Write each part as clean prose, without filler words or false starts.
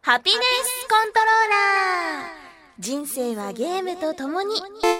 ハピネスコントローラー。人生はゲームとともに。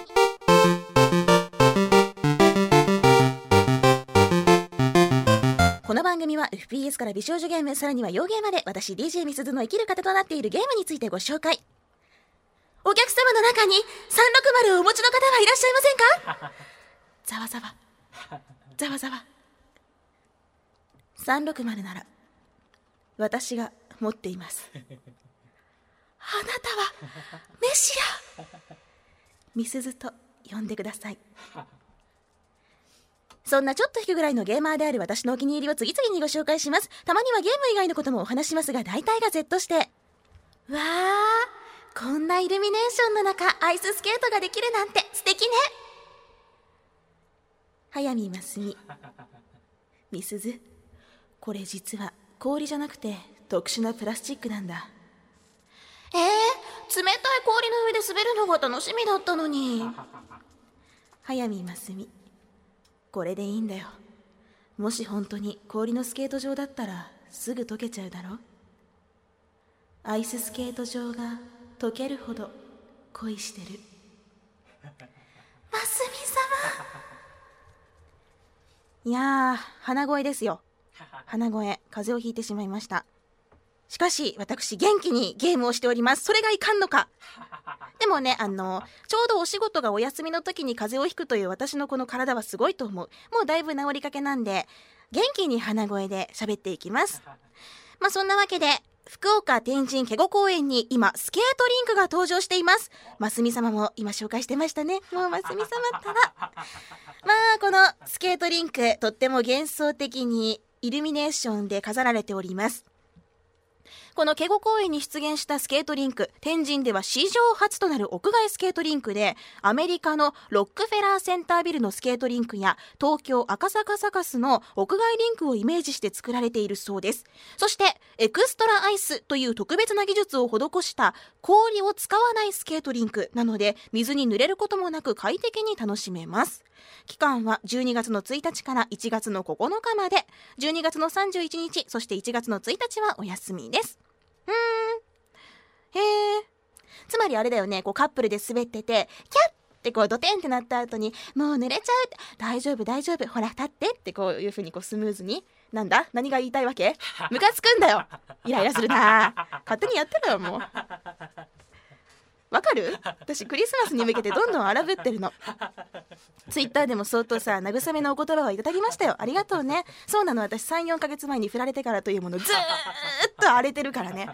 この番組は FPS から美少女ゲーム、さらには洋ゲーまで、私 DJ みすずの生きる糧となっているゲームについてご紹介。お客様の中に360をお持ちの方はいらっしゃいませんか？ざわざわざわざわ。360なら私が持っています。あなたはメシアみすずと呼んでください。そんなちょっと引くぐらいのゲーマーである私のお気に入りを次々にご紹介します。たまにはゲーム以外のこともお話しますが、大体が Z して。わー、こんなイルミネーションの中アイススケートができるなんて素敵ね。早見ますみ、みすず、これ実は氷じゃなくて特殊なプラスチックなんだ。冷たい氷の上で滑るのが楽しみだったのに。早見ますみ、これでいいんだよ。もし本当に氷のスケート場だったらすぐ溶けちゃうだろ。アイススケート場が溶けるほど恋してる。ますみ様。いやー、鼻声ですよ。鼻声、風邪をひいてしまいました。しかし私元気にゲームをしております。それがいかんのか。でもね、ちょうどお仕事がお休みの時に風邪をひくという私のこの体はすごいと思う。もうだいぶ治りかけなんで、元気に鼻声で喋っていきます。そんなわけで、福岡天神警固公園に今スケートリンクが登場しています。ますみ様も今紹介してましたね。もうますみ様ったらこのスケートリンク、とっても幻想的にイルミネーションで飾られております。この警固公園に出現したスケートリンク、天神では史上初となる屋外スケートリンクで、アメリカのロックフェラーセンタービルのスケートリンクや東京赤坂サカスの屋外リンクをイメージして作られているそうです。そしてエクストラアイスという特別な技術を施した氷を使わないスケートリンクなので、水に濡れることもなく快適に楽しめます。期間は12月の1日から1月の9日まで、12月の31日、そして1月の1日はお休みです。つまりあれだよね、こうカップルで滑ってて、キャッってこうドテンってなった後に、もう濡れちゃう、大丈夫大丈夫、ほら立ってってこういう風にこうスムーズに、なんだ何が言いたいわけ？ムカつくんだよ。イライラするな。勝手にやってろよもう。わかる？私クリスマスに向けてどんどん荒ぶってるの。ツイッターでも相当さ、慰めのお言葉をいただきましたよ。ありがとうね。そうなの、私 3,4 ヶ月前に振られてからというものずーっと荒れてるからね。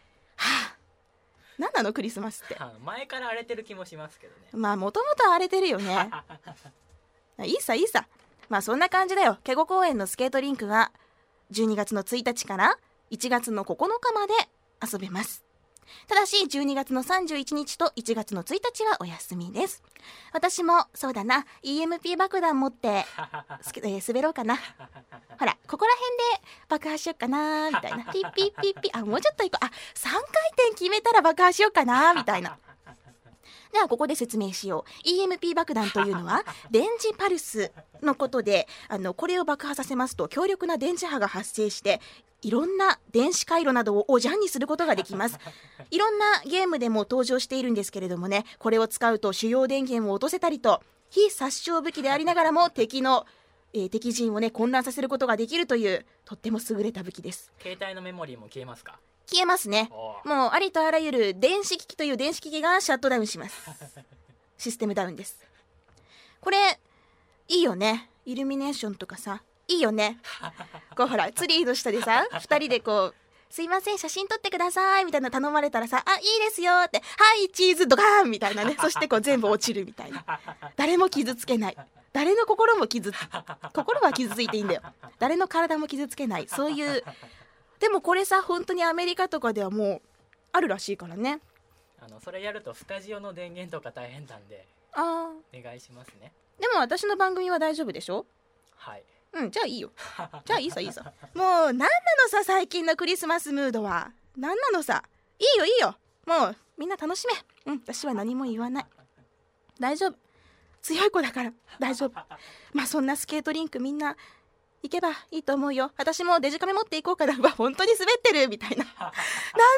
何なのクリスマスって。 前から荒れてる気もしますけどね。 もともと荒れてるよね。いいさいいさ。そんな感じだよ。警固公園のスケートリンクは12月の1日から1月の9日まで遊べます。ただし12月の31日と1月の1日はお休みです。私もそうだな、 EMP 爆弾持って滑ろうかな。ほらここら辺で爆破しよっかなみたいな。ピッピッピッピッ、もうちょっと行こう、3回転決めたら爆破しよっかなみたいな。ではここで説明しよう。 EMP 爆弾というのは電磁パルスのことで、これを爆破させますと強力な電磁波が発生して、いろんな電子回路などをおじゃんにすることができます。いろんなゲームでも登場しているんですけれどもね、これを使うと主要電源を落とせたりと、非殺傷武器でありながらも敵陣をね混乱させることができるという、とっても優れた武器です。 携帯のメモリーも消えますか？ 消えますね。もうありとあらゆる電子機器という電子機器がシャットダウンします。システムダウンです。これいいよね。イルミネーションとかさ、いいよね。こうほらツリーの下でさ、2人でこう、すいません写真撮ってくださいみたいな頼まれたらさ、いいですよって、はいチーズドカーンみたいなね。そしてこう全部落ちるみたいな。誰も傷つけない、誰の心は傷ついていいんだよ。誰の体も傷つけない、そういう。でもこれさ、本当にアメリカとかではもうあるらしいからね。 それやるとスタジオの電源とか大変なんで、お願いしますね。 でも私の番組は大丈夫でしょ？ はい。 じゃあいいよ。じゃあいいさいいさ。もう何なのさ、最近のクリスマスムードは。何なのさ。いいよいいよ。もうみんな楽しめ。私は何も言わない。大丈夫。強い子だから大丈夫。そんなスケートリンクみんな行けばいいと思うよ。私もデジカメ持っていこうかな。本当に滑ってるみたいな。なんて嫌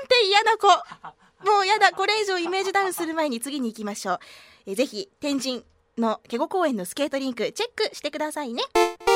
嫌な子。もうやだ。これ以上イメージダウンする前に次に行きましょう。ぜひ天神の警固公園のスケートリンクチェックしてくださいね。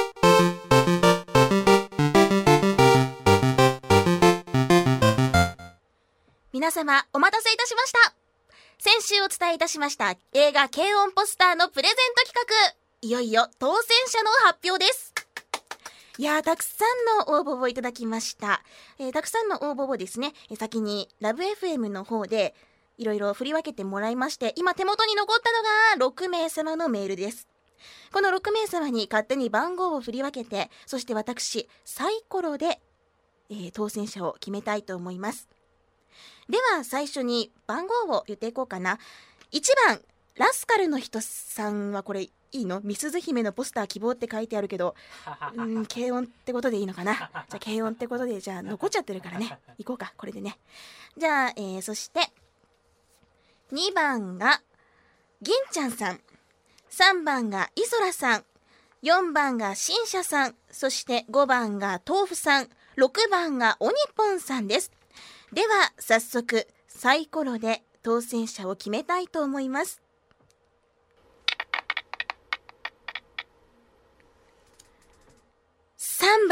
皆様お待たせいたしました。先週お伝えいたしました映画軽音ポスターのプレゼント企画、いよいよ当選者の発表です。いやー、たくさんの応募をいただきました。たくさんの応募をですね、先にラブ FM の方でいろいろ振り分けてもらいまして、今手元に残ったのが6名様のメールです。この6名様に勝手に番号を振り分けて、そして私サイコロで、当選者を決めたいと思います。では最初に番号を言っていこうかな。1番ラスカルの人さんはこれいいの？みすず姫のポスター希望って書いてあるけど、軽音ってことでいいのかな。じゃあ軽音ってことで、じゃあ残っちゃってるからね、行こうかこれでね。じゃあ、そして2番が銀ちゃんさん、3番がイソラさん、4番がシンシャさん、そして5番が豆腐さん、6番がオニポンさんです。では早速サイコロで当選者を決めたいと思います。3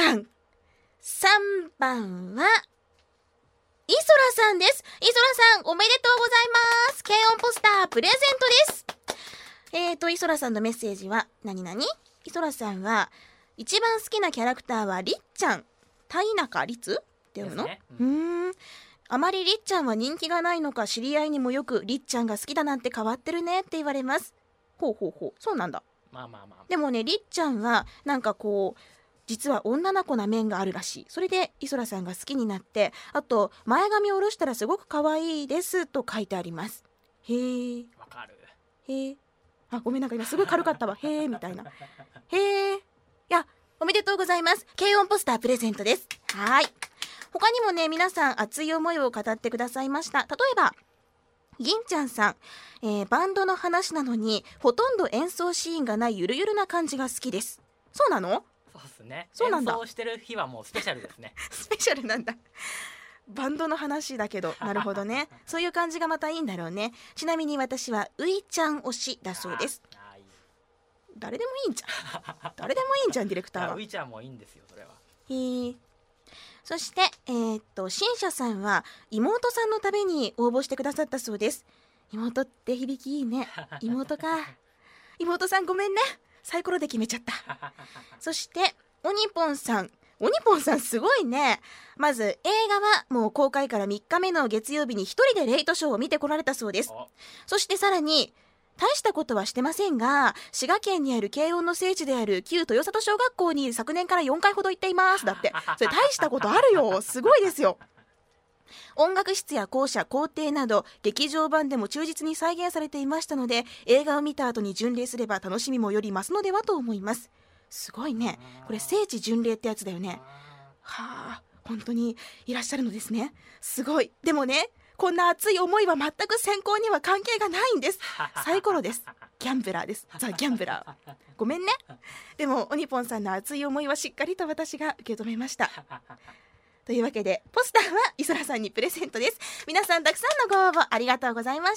番はイソラさんです。イソラさんおめでとうございます。軽音ポスタープレゼントです。イソラさんのメッセージは何々？イソラさんは一番好きなキャラクターはりっちゃん、田中律って読むの？あまりりっちゃんは人気がないのか、知り合いにもよくりっちゃんが好きだなんて変わってるねって言われます。ほう、そうなんだ。まあでもね、りっちゃんはなんかこう実は女の子な面があるらしい。それでイソラさんが好きになって、あと前髪を下ろしたらすごく可愛いですと書いてあります。へー、 わかる。 へー、あ、ごめん、なんか今すごい軽かったわ。へーみたいな。へー、いや、おめでとうございます。軽音ポスタープレゼントです。はい。他にもね、皆さん熱い思いを語ってくださいました。例えば銀ちゃんさん、バンドの話なのにほとんど演奏シーンがないゆるゆるな感じが好きです。そうなの？ そうですね。 そうなんだ。 演奏してる日はもうスペシャルですね。 スペシャルなんだ。バンドの話だけど、なるほどね。そういう感じがまたいいんだろうね。ちなみに私はういちゃん推しだそうです。誰でもいいんじゃん。誰でもいいんじゃん、ディレクターは。 ういちゃんもいいんですよ、それは。 そしてシンシャさんは妹さんのために応募してくださったそうです。妹って響きいいね。妹か。妹さんごめんね、サイコロで決めちゃった。そしてオニポンさんすごいね。まず映画はもう公開から3日目の月曜日に一人でレイトショーを見てこられたそうです。そしてさらに大したことはしてませんが、滋賀県にある軽音の聖地である旧豊里小学校に昨年から4回ほど行っています。だってそれ大したことあるよ。すごいですよ。音楽室や校舎、校庭など劇場版でも忠実に再現されていましたので、映画を見た後に巡礼すれば楽しみもより増すのではと思います。すごいね。これ聖地巡礼ってやつだよね。はあ、本当にいらっしゃるのですね。すごい。でもね、こんな熱い思いは全く選考には関係がないんです。サイコロです。ギャンブラーです。ザ・ギャンブラー。ごめんね。でもオニポンさんの熱い思いはしっかりと私が受け止めました。というわけでポスターはイソラさんにプレゼントです。皆さんたくさんのご応募ありがとうございました。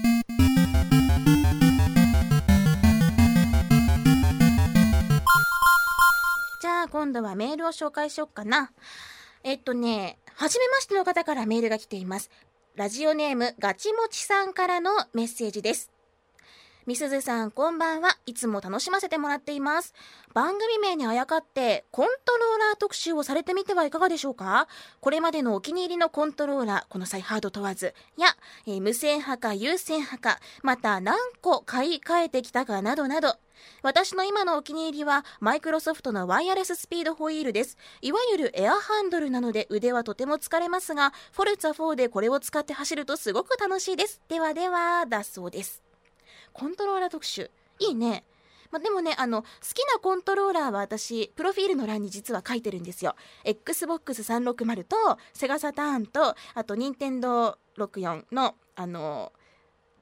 じゃあ今度はメールを紹介しよっかな。初めましての方からメールが来ています。ラジオネームガチもちさんからのメッセージです。みすずさんこんばんは。いつも楽しませてもらっています。番組名にあやかってコントローラー特集をされてみてはいかがでしょうか。これまでのお気に入りのコントローラー、この際ハード問わずや、無線派か有線派か、また何個買い替えてきたかなどなど。私の今のお気に入りはマイクロソフトのワイヤレススピードホイールです。いわゆるエアハンドルなので腕はとても疲れますが、フォルツァ4でこれを使って走るとすごく楽しいです。ではではだそうです。コントローラー特集いいね。でもね、好きなコントローラーは私プロフィールの欄に実は書いてるんですよ。 XBOX360 とセガサターンと、あと任天堂64の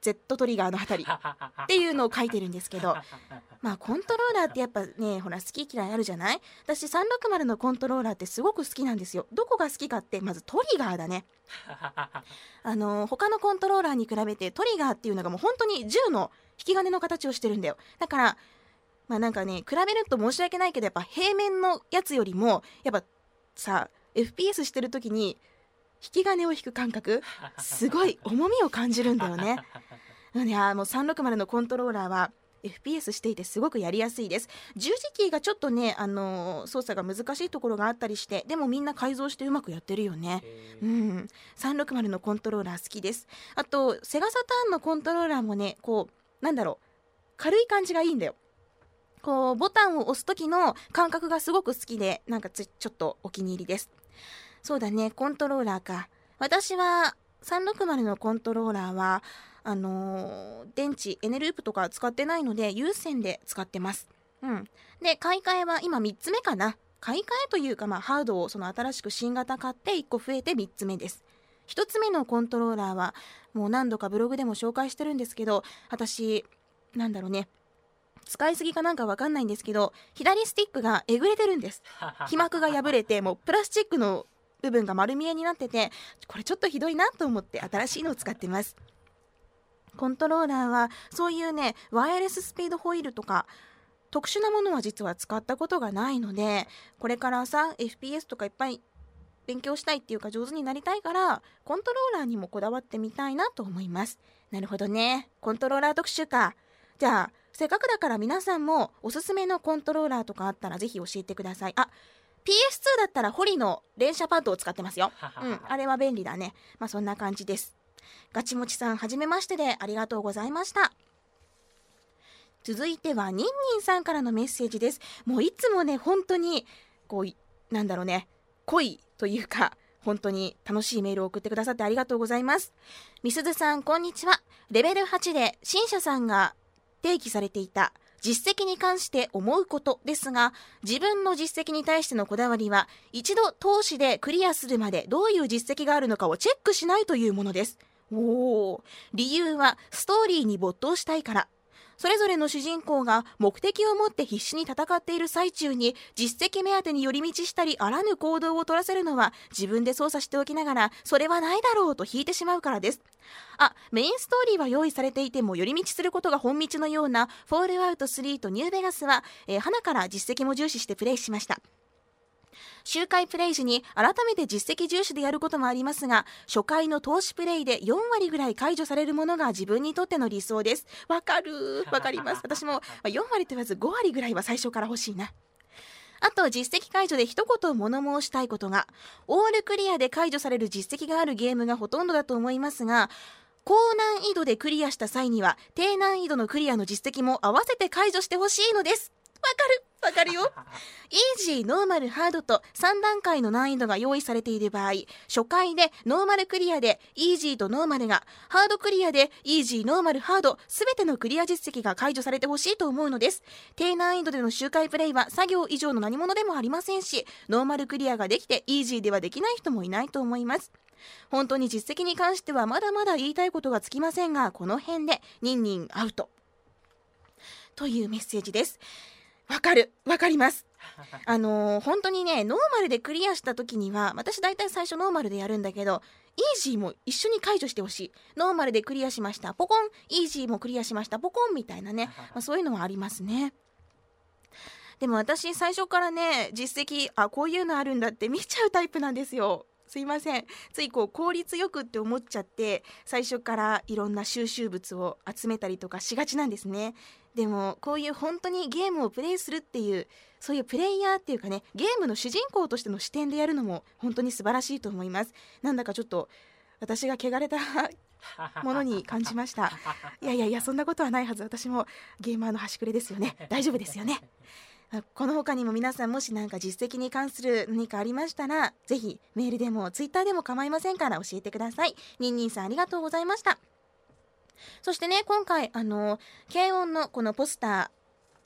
Z トリガーのあたりっていうのを書いてるんですけどまあコントローラーってやっぱねほら好き嫌いあるじゃない。私360のコントローラーってすごく好きなんですよ。どこが好きかってまずトリガーだね他のコントローラーに比べてトリガーっていうのがもう本当に銃の引き金の形をしてるんだよ。だからまあなんかね比べると申し訳ないけどやっぱ平面のやつよりもやっぱさ FPS してる時に引き金を引く感覚すごい重みを感じるんだよね。いやもう360のコントローラーは FPS していてすごくやりやすいです。十字キーがちょっとね、操作が難しいところがあったりしてでもみんな改造してうまくやってるよね。360のコントローラー好きです。あとセガサターンのコントローラーもねこうなんだろう軽い感じがいいんだよ。こうボタンを押す時の感覚がすごく好きでなんかちょっとお気に入りです。そうだねコントローラーか。私は360のコントローラーは電池エネループとか使ってないので有線で使ってます。で買い替えは今3つ目かな。買い替えというか、ハードをその新しく新型買って1個増えて3つ目です。1つ目のコントローラーはもう何度かブログでも紹介してるんですけど私なんだろうね使いすぎかなんかわかんないんですけど左スティックがえぐれてるんです。皮膜が破れてもうプラスチックの部分が丸見えになっててこれちょっとひどいなと思って新しいのを使ってます。コントローラーはそういうねワイヤレススピードホイールとか特殊なものは実は使ったことがないのでこれからさ FPS とかいっぱい勉強したいっていうか上手になりたいからコントローラーにもこだわってみたいなと思います。なるほどねコントローラー特集か。じゃあせっかくだから皆さんもおすすめのコントローラーとかあったらぜひ教えてください。PS2 だったらホリの連射パッドを使ってますよ。あれは便利だね。そんな感じです。ガチもちさんはじめましてでありがとうございました。続いてはニンニンさんからのメッセージです。もういつもね本当にこうなんだろうね濃いというか本当に楽しいメールを送ってくださってありがとうございます。みすずさんこんにちは。レベル8で新社さんが提起されていた実績に関して思うことですが自分の実績に対してのこだわりは一度投資でクリアするまでどういう実績があるのかをチェックしないというものです。理由はストーリーに没頭したいから。それぞれの主人公が目的を持って必死に戦っている最中に実績目当てに寄り道したりあらぬ行動を取らせるのは自分で操作しておきながらそれはないだろうと引いてしまうからです。メインストーリーは用意されていても寄り道することが本道のようなフォールアウト3とニューベガスは、花から実績も重視してプレイしました。周回プレイ時に改めて実績重視でやることもありますが初回の投資プレイで4割ぐらい解除されるものが自分にとっての理想です。わかります。私も4割と言わず5割ぐらいは最初から欲しいな。あと実績解除で一言物申したいことがオールクリアで解除される実績があるゲームがほとんどだと思いますが高難易度でクリアした際には低難易度のクリアの実績も合わせて解除してほしいのです。わかるよ。イージー、ノーマル、ハードと3段階の難易度が用意されている場合初回でノーマルクリアでイージーとノーマルがハードクリアでイージー、ノーマル、ハードすべてのクリア実績が解除されてほしいと思うのです。低難易度での周回プレイは作業以上の何者でもありませんしノーマルクリアができてイージーではできない人もいないと思います。本当に実績に関してはまだまだ言いたいことがつきませんがこの辺でニンニンアウトというメッセージです。わかります。本当にねノーマルでクリアした時には私大体最初ノーマルでやるんだけどイージーも一緒に解除してほしい。ノーマルでクリアしましたポコンイージーもクリアしましたポコンみたいなね、そういうのはありますね。でも私最初からね実績こういうのあるんだって見ちゃうタイプなんですよ。すいませんつい効率よくって思っちゃって最初からいろんな収集物を集めたりとかしがちなんですね。でもこういう本当にゲームをプレイするっていうそういうプレイヤーっていうかねゲームの主人公としての視点でやるのも本当に素晴らしいと思います。なんだかちょっと私が汚れたものに感じました。いやそんなことはないはず。私もゲーマーの端くれですよね。大丈夫ですよね。この他にも皆さんもし何か実績に関する何かありましたらぜひメールでもツイッターでも構いませんから教えてください。ニンニンさんありがとうございました。そしてね今回軽音のこのポスタ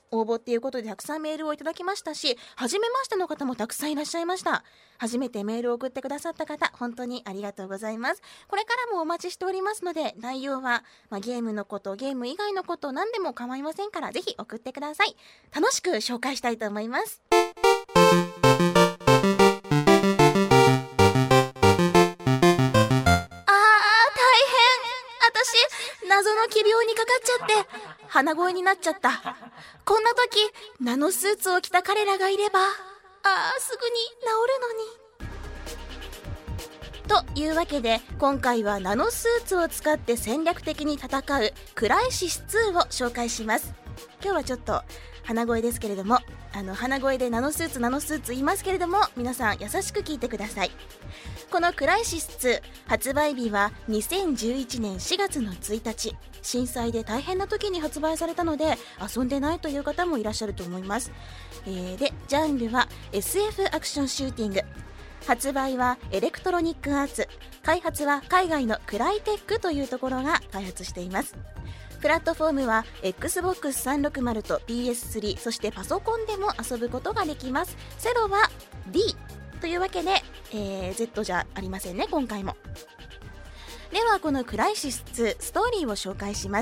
応募っていうことでたくさんメールをいただきましたし、初めましての方もたくさんいらっしゃいました。初めてメールを送ってくださった方、本当にありがとうございます。これからもお待ちしておりますので、内容は、ゲームのこと、ゲーム以外のこと、何でも構いませんから、ぜひ送ってください。楽しく紹介したいと思います。謎の奇病にかかっちゃって鼻声になっちゃった。こんな時ナノスーツを着た彼らがいればすぐに治るのに。というわけで今回はナノスーツを使って戦略的に戦うクライシス2を紹介します。今日はちょっと鼻声ですけれども、鼻声でナノスーツ言いますけれども、皆さん優しく聞いてください。このクライシス2発売日は2011年4月の1日、震災で大変な時に発売されたので遊んでないという方もいらっしゃると思います。でジャンルは SF アクションシューティング、発売はエレクトロニックアーツ、開発は海外のクライテックというところが開発しています。プラットフォームは Xbox360 と PS3、 そしてパソコンでも遊ぶことができます。セロは D というわけで、Z じゃありませんね今回も。ではこのクライシス2ストーリーを紹介します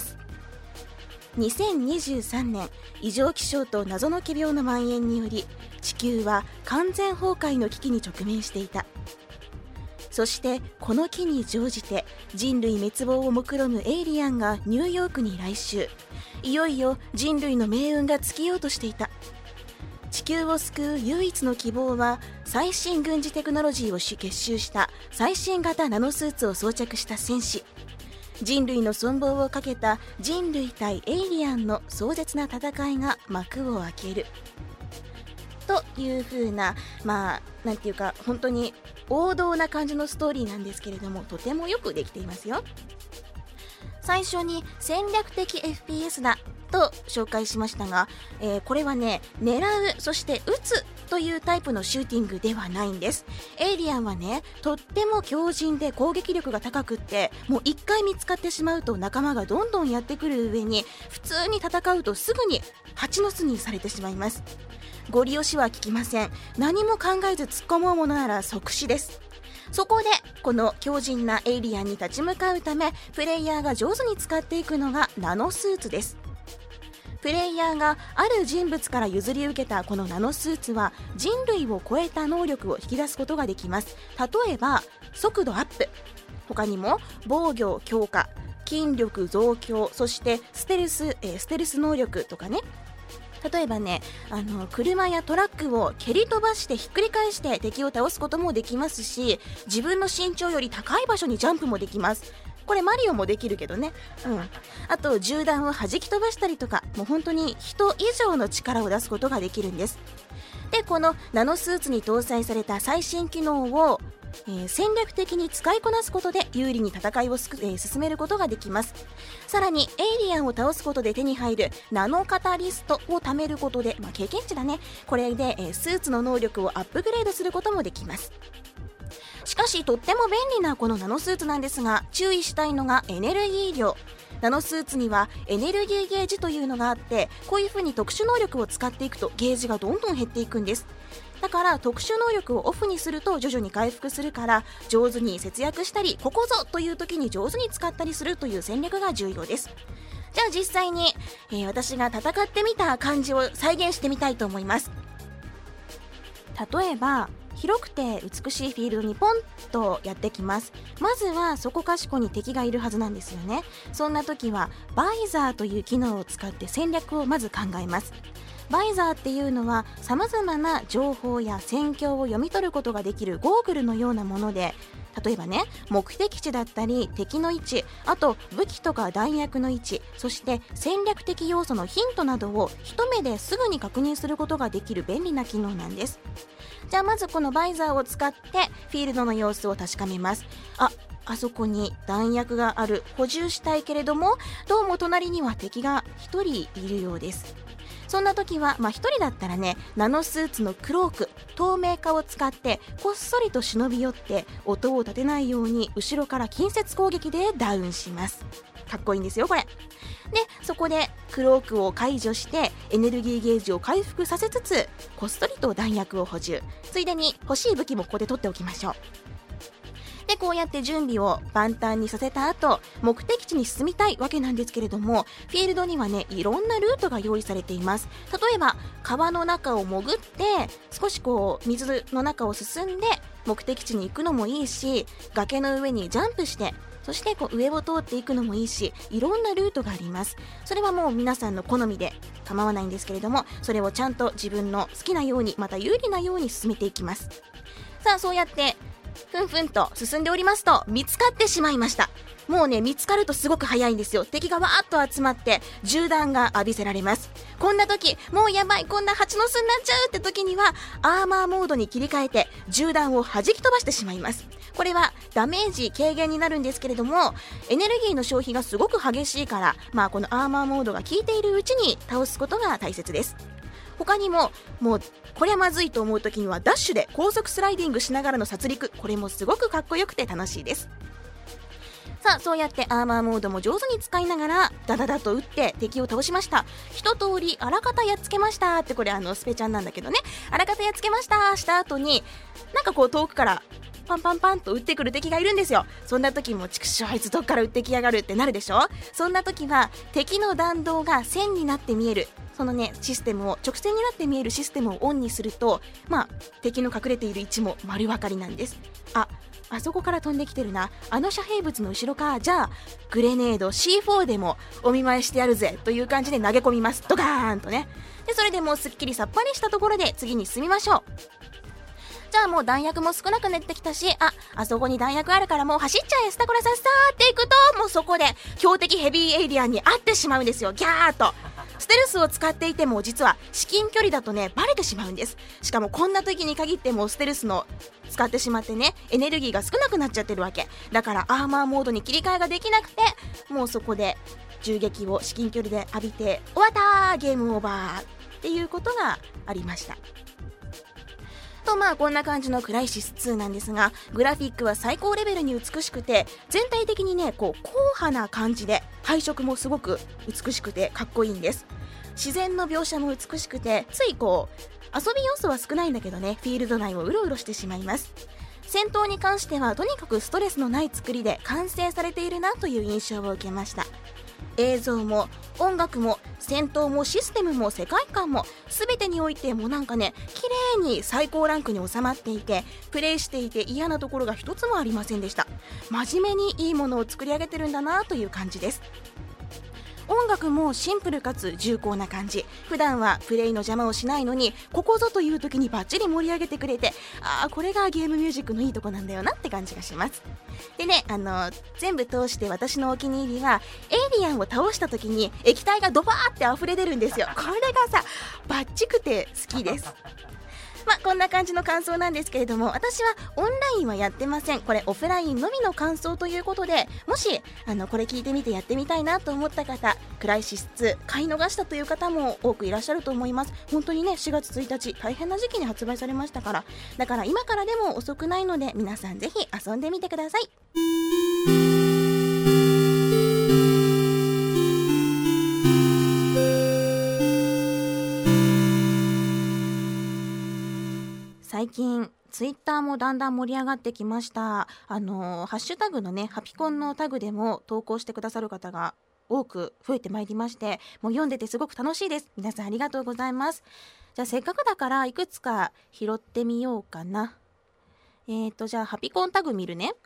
。2023年、異常気象と謎の奇病の蔓延により地球は完全崩壊の危機に直面していた。そしてこの機に乗じて人類滅亡を目論むエイリアンがニューヨークに来襲。いよいよ人類の命運が尽きようとしていた。地球を救う唯一の希望は最新軍事テクノロジーを結集した最新型ナノスーツを装着した戦士。人類の存亡をかけた人類対エイリアンの壮絶な戦いが幕を開けるという風な、なんていうか本当に王道な感じのストーリーなんですけれども、とてもよくできていますよ。最初に戦略的 FPS だと紹介しましたが、これはね、狙うそして撃つというタイプのシューティングではないんです。エイリアンはね、とっても強靭で攻撃力が高くって、もう一回見つかってしまうと仲間がどんどんやってくる上に、普通に戦うとすぐに蜂の巣にされてしまいます。ゴリ押しは効きません。何も考えず突っ込もうものなら即死です。そこでこの強靭なエイリアンに立ち向かうため、プレイヤーが上手に使っていくのがナノスーツです。プレイヤーがある人物から譲り受けたこのナノスーツは人類を超えた能力を引き出すことができます。例えば速度アップ、他にも防御強化、筋力増強、そしてステルス能力とかね。例えばね、車やトラックを蹴り飛ばしてひっくり返して敵を倒すこともできますし、自分の身長より高い場所にジャンプもできます。これマリオもできるけどね。あと銃弾を弾き飛ばしたりとか、もう本当に人以上の力を出すことができるんです。でこのナノスーツに搭載された最新機能を戦略的に使いこなすことで有利に戦いを進めることができます。さらにエイリアンを倒すことで手に入るナノカタリストを貯めることで、経験値だね、これでスーツの能力をアップグレードすることもできます。しかしとっても便利なこのナノスーツなんですが、注意したいのがエネルギー量。ナノスーツにはエネルギーゲージというのがあって、こういう風に特殊能力を使っていくとゲージがどんどん減っていくんです。だから特殊能力をオフにすると徐々に回復するから、上手に節約したり、ここぞという時に上手に使ったりするという戦略が重要です。じゃあ実際に、私が戦ってみた感じを再現してみたいと思います。例えば広くて美しいフィールドにポンとやってきます。まずはそこかしこに敵がいるはずなんですよね。そんな時はバイザーという機能を使って戦略をまず考えます。バイザーっていうのは様々な情報や戦況を読み取ることができるゴーグルのようなもので、例えばね、目的地だったり敵の位置、あと武器とか弾薬の位置、そして戦略的要素のヒントなどを一目ですぐに確認することができる便利な機能なんです。じゃあまずこのバイザーを使ってフィールドの様子を確かめます。あそこに弾薬がある。補充したいけれども、どうも隣には敵が1人いるようです。 そんな時は一人だったらね、ナノスーツのクローク、透明化を使ってこっそりと忍び寄って音を立てないように後ろから近接攻撃でダウンします。かっこいいんですよこれで。そこでクロークを解除してエネルギーゲージを回復させつつ、こっそりと弾薬を補充、ついでに欲しい武器もここで取っておきましょう。でこうやって準備を万端にさせた後、目的地に進みたいわけなんですけれども、フィールドにはね、いろんなルートが用意されています。例えば川の中を潜って少し水の中を進んで目的地に行くのもいいし、崖の上にジャンプしてそして上を通っていくのもいいし、いろんなルートがあります。それはもう皆さんの好みで構わないんですけれども、それをちゃんと自分の好きなように、また有利なように進めていきます。さあそうやってふんふんと進んでおりますと、見つかってしまいました。もうね、見つかるとすごく早いんですよ。敵がわーっと集まって銃弾が浴びせられます。こんな時、もうやばい、こんな蜂の巣になっちゃうって時にはアーマーモードに切り替えて銃弾を弾き飛ばしてしまいます。これはダメージ軽減になるんですけれども、エネルギーの消費がすごく激しいから、このアーマーモードが効いているうちに倒すことが大切です。他にも、もうこれはまずいと思う時にはダッシュで高速スライディングしながらの殺戮、これもすごくかっこよくて楽しいです。さあそうやってアーマーモードも上手に使いながらダダダと撃って敵を倒しました。一通りあらかたやっつけましたって、これスペちゃんなんだけどね、あらかたやっつけましたした後に、なんか遠くからパンパンパンと撃ってくる敵がいるんですよ。そんな時も、畜生あいつどっから撃ってきやがるってなるでしょ。そんな時は敵の弾道が線になって見える、そのねシステムを、直線になって見えるシステムをオンにすると、敵の隠れている位置も丸分かりなんです。あそこから飛んできてるな、あの遮蔽物の後ろか、じゃあグレネード C4 でもお見舞いしてやるぜという感じで投げ込みます。ドカーンとね。でそれでもうすっきりさっぱりしたところで次に進みましょう。じゃあもう弾薬も少なくなってきたし、あそこに弾薬あるからもう走っちゃえ、スタコラさっさーっていくと、もうそこで強敵ヘビーエイリアンに会ってしまうんですよ。ギャーっとステルスを使っていても実は至近距離だとねバレてしまうんです。しかもこんな時に限ってもステルスの使ってしまってね、エネルギーが少なくなっちゃってるわけだから、アーマーモードに切り替えができなくて、もうそこで銃撃を至近距離で浴びて終わったー、ゲームオーバーっていうことがありました。とこんな感じのクライシス2なんですが、グラフィックは最高レベルに美しくて、全体的にね硬派な感じで、配色もすごく美しくてかっこいいんです。自然の描写も美しくて、つい遊び要素は少ないんだけどね、フィールド内をうろうろしてしまいます。戦闘に関してはとにかくストレスのない作りで完成されているなという印象を受けました。映像も音楽も戦闘もシステムも世界観も全てにおいてもなんかね、綺麗に最高ランクに収まっていて、プレイしていて嫌なところが一つもありませんでした。真面目にいいものを作り上げてるんだなという感じです。音楽もシンプルかつ重厚な感じ。普段はプレイの邪魔をしないのに、ここぞという時にバッチリ盛り上げてくれて、これがゲームミュージックのいいとこなんだよなって感じがします。でね、全部通して私のお気に入りは、エイリアンを倒した時に液体がドバーって溢れ出るんですよ。これがさバッチくて好きです。こんな感じの感想なんですけれども、私はオンラインはやってません。これオフラインのみの感想ということで、もしこれ聞いてみてやってみたいなと思った方、クライシス2買い逃したという方も多くいらっしゃると思います。本当にね、4月1日大変な時期に発売されましたから、だから今からでも遅くないので、皆さんぜひ遊んでみてください。最近ツイッターもだんだん盛り上がってきました。ハッシュタグのね、ハピコンのタグでも投稿してくださる方が多く増えてまいりまして、もう読んでてすごく楽しいです。皆さんありがとうございます。じゃあせっかくだからいくつか拾ってみようかな。じゃあハピコンタグ見るね。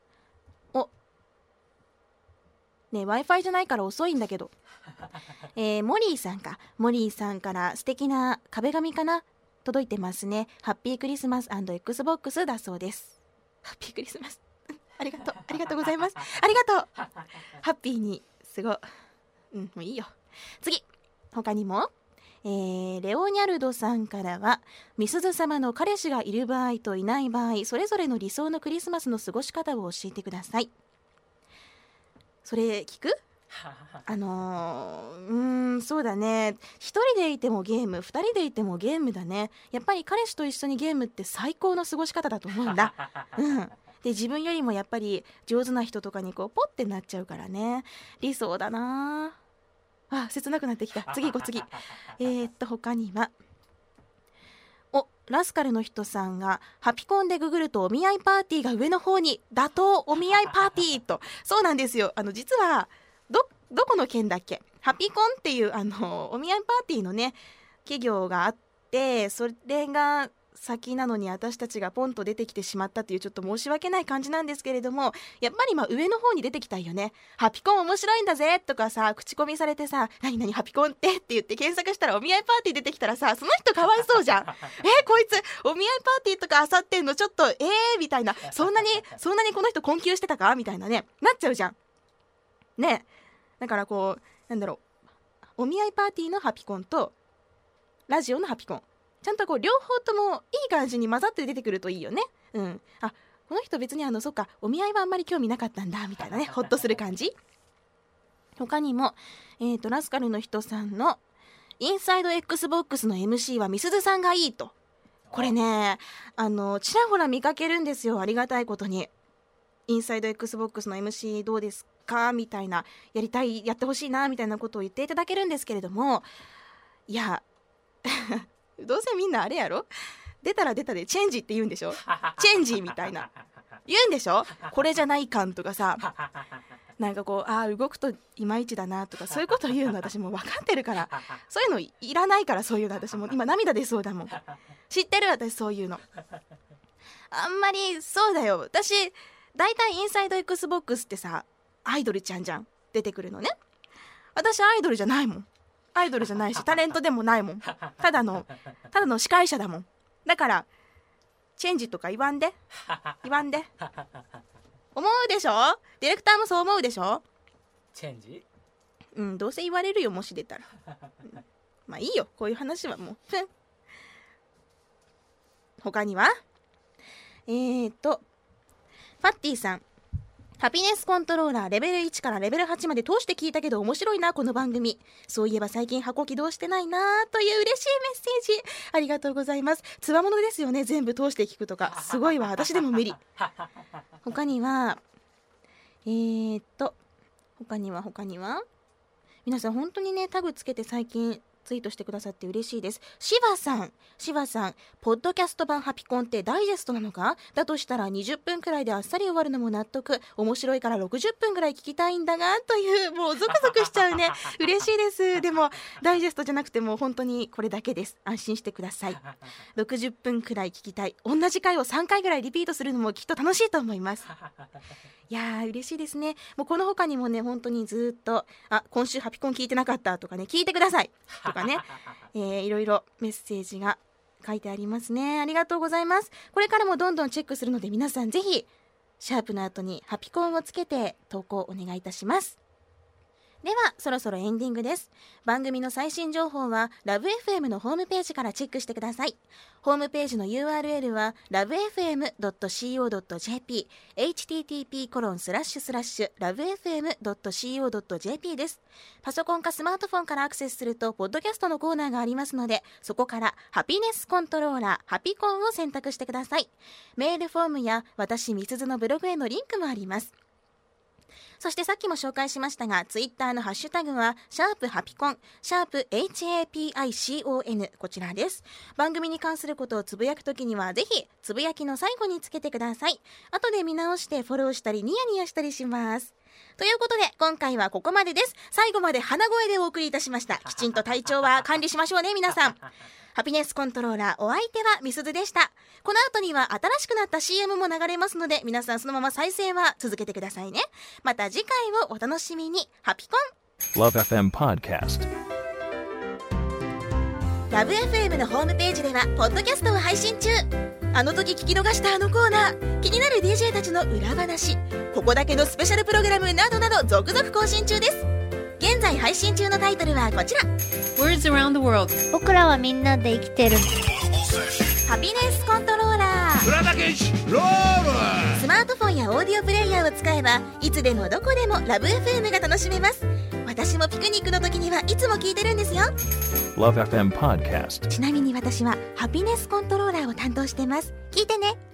ね、Wi-Fi じゃないから遅いんだけどモリーさんから素敵な壁紙かな、届いてますね。ハッピークリスマス&Xbox だそうです。ハッピークリスマスありがとうございます。ありがとうハッピーにすごい、もういいよ。次、他にもレオニャルドさんからは、みすず様の彼氏がいる場合といない場合、それぞれの理想のクリスマスの過ごし方を教えてください。それ聞く？ そうだね、一人でいてもゲーム、二人でいてもゲームだね。やっぱり彼氏と一緒にゲームって最高の過ごし方だと思うんだ。で自分よりもやっぱり上手な人とかにこうポッてなっちゃうからね、理想だなあ。切なくなってきた。次行こう次。他にはラスカルの人さんがハピコンでググるとお見合いパーティーが上の方に、打倒お見合いパーティーと。そうなんですよ。実はどこの県だっけ、ハピコンっていうお見合いパーティーのね企業があって、それが先なのに私たちがポンと出てきてしまったという、ちょっと申し訳ない感じなんですけれども、やっぱり上の方に出てきたいよね。ハピコン面白いんだぜとかさ、口コミされてさ、何ハピコンって言って検索したらお見合いパーティー出てきたらさ、その人かわいそうじゃん。こいつお見合いパーティーとか漁ってんのちょっとみたいな、そんなにこの人困窮してたかみたいなね、なっちゃうじゃんね。だからこうお見合いパーティーのハピコンとラジオのハピコン、ちゃんとこう両方ともいい感じに混ざって出てくるといいよね。この人別にそっか、お見合いはあんまり興味なかったんだみたいなね、ほっとする感じ。他にもラスカルの人さんのインサイド XBOX の MC はみすずさんがいいと。これねちらほら見かけるんですよ、ありがたいことに。インサイド XBOX の MC どうですかみたいな、やってほしいなみたいなことを言っていただけるんですけれども、いやどうせみんなあれやろ、出たら出たでチェンジって言うんでしょチェンジみたいな言うんでしょ、これじゃない感とかさ、なんかこう動くといまいちだなとか、そういうこと言うの私もう分かってるから、そういうのいらないから、そういうの私も今涙出そうだもん。知ってる私、そういうのあんまり。そうだよ、私だいたいインサイド XBOX ってさ、アイドルちゃんじゃん出てくるのね。私アイドルじゃないもん。アイドルじゃないしタレントでもないもん。ただの司会者だもん。だからチェンジとか言わんで思うでしょ。ディレクターもそう思うでしょ。 チェンジ、 どうせ言われるよ、もし出たら。まあいいよ、こういう話はもう。他にはファッティさん、ハピネスコントローラーレベル1からレベル8まで通して聞いたけど面白いなこの番組。そういえば最近箱起動してないなという嬉しいメッセージありがとうございます。つわものですよね、全部通して聞くとか。すごいわ、私でも無理。他には他には皆さん本当にねタグつけて最近ツイートしてくださって嬉しいです。シバさん、ポッドキャスト版ハピコンってダイジェストなのか。だとしたら20分くらいであっさり終わるのも納得。面白いから60分くらい聞きたいんだがという、もうゾクゾクしちゃうね。嬉しいです。でもダイジェストじゃなくてもう本当にこれだけです。安心してください。60分くらい聞きたい。同じ回を3回ぐらいリピートするのもきっと楽しいと思います。いやー嬉しいですね。もうこの他にもね本当にずっと今週ハピコン聞いてなかったとかね、聞いてくださいとかねいろいろメッセージが書いてありますね。ありがとうございます。これからもどんどんチェックするので、皆さんぜひシャープの後にハピコンをつけて投稿お願いいたします。ではそろそろエンディングです。番組の最新情報はラブ FM のホームページからチェックしてください。ホームページの URL は lovefm.co.jp http://lovefm.co.jp です。パソコンかスマートフォンからアクセスするとポッドキャストのコーナーがありますので、そこからハピネスコントローラーハピコンを選択してください。メールフォームや私みすずのブログへのリンクもあります。そしてさっきも紹介しましたが、ツイッターのハッシュタグはシャープハピコン、シャープ HAPICON、 こちらです。番組に関することをつぶやくときにはぜひつぶやきの最後につけてください。後で見直してフォローしたりニヤニヤしたりします。ということで今回はここまでです。最後まで鼻声でお送りいたしました。きちんと体調は管理しましょうね皆さん。ハピネスコントローラー、お相手はみすずでした。この後には新しくなった CM も流れますので、皆さんそのまま再生は続けてくださいね。また次回をお楽しみに。ハピコン LoveFM Podcast。 ラブ FM のホームページではポッドキャストを配信中。あの時聞き逃したあのコーナー、気になる DJ たちの裏話、ここだけのスペシャルプログラムなどなど続々更新中です。現在配信中のタイトルはこちら。 Words around the world。 僕らはみんなで生きてる。 ハピネスコントローラー。スマートフォンやオーディオプレイヤーを使えばいつでもどこでもラブ FM が楽しめます。 私もピクニックの時にはいつも聞いてるんですよ。 Love FM Podcast。 ちなみに私はハピネスコントローラーを担当してます。聞いてね。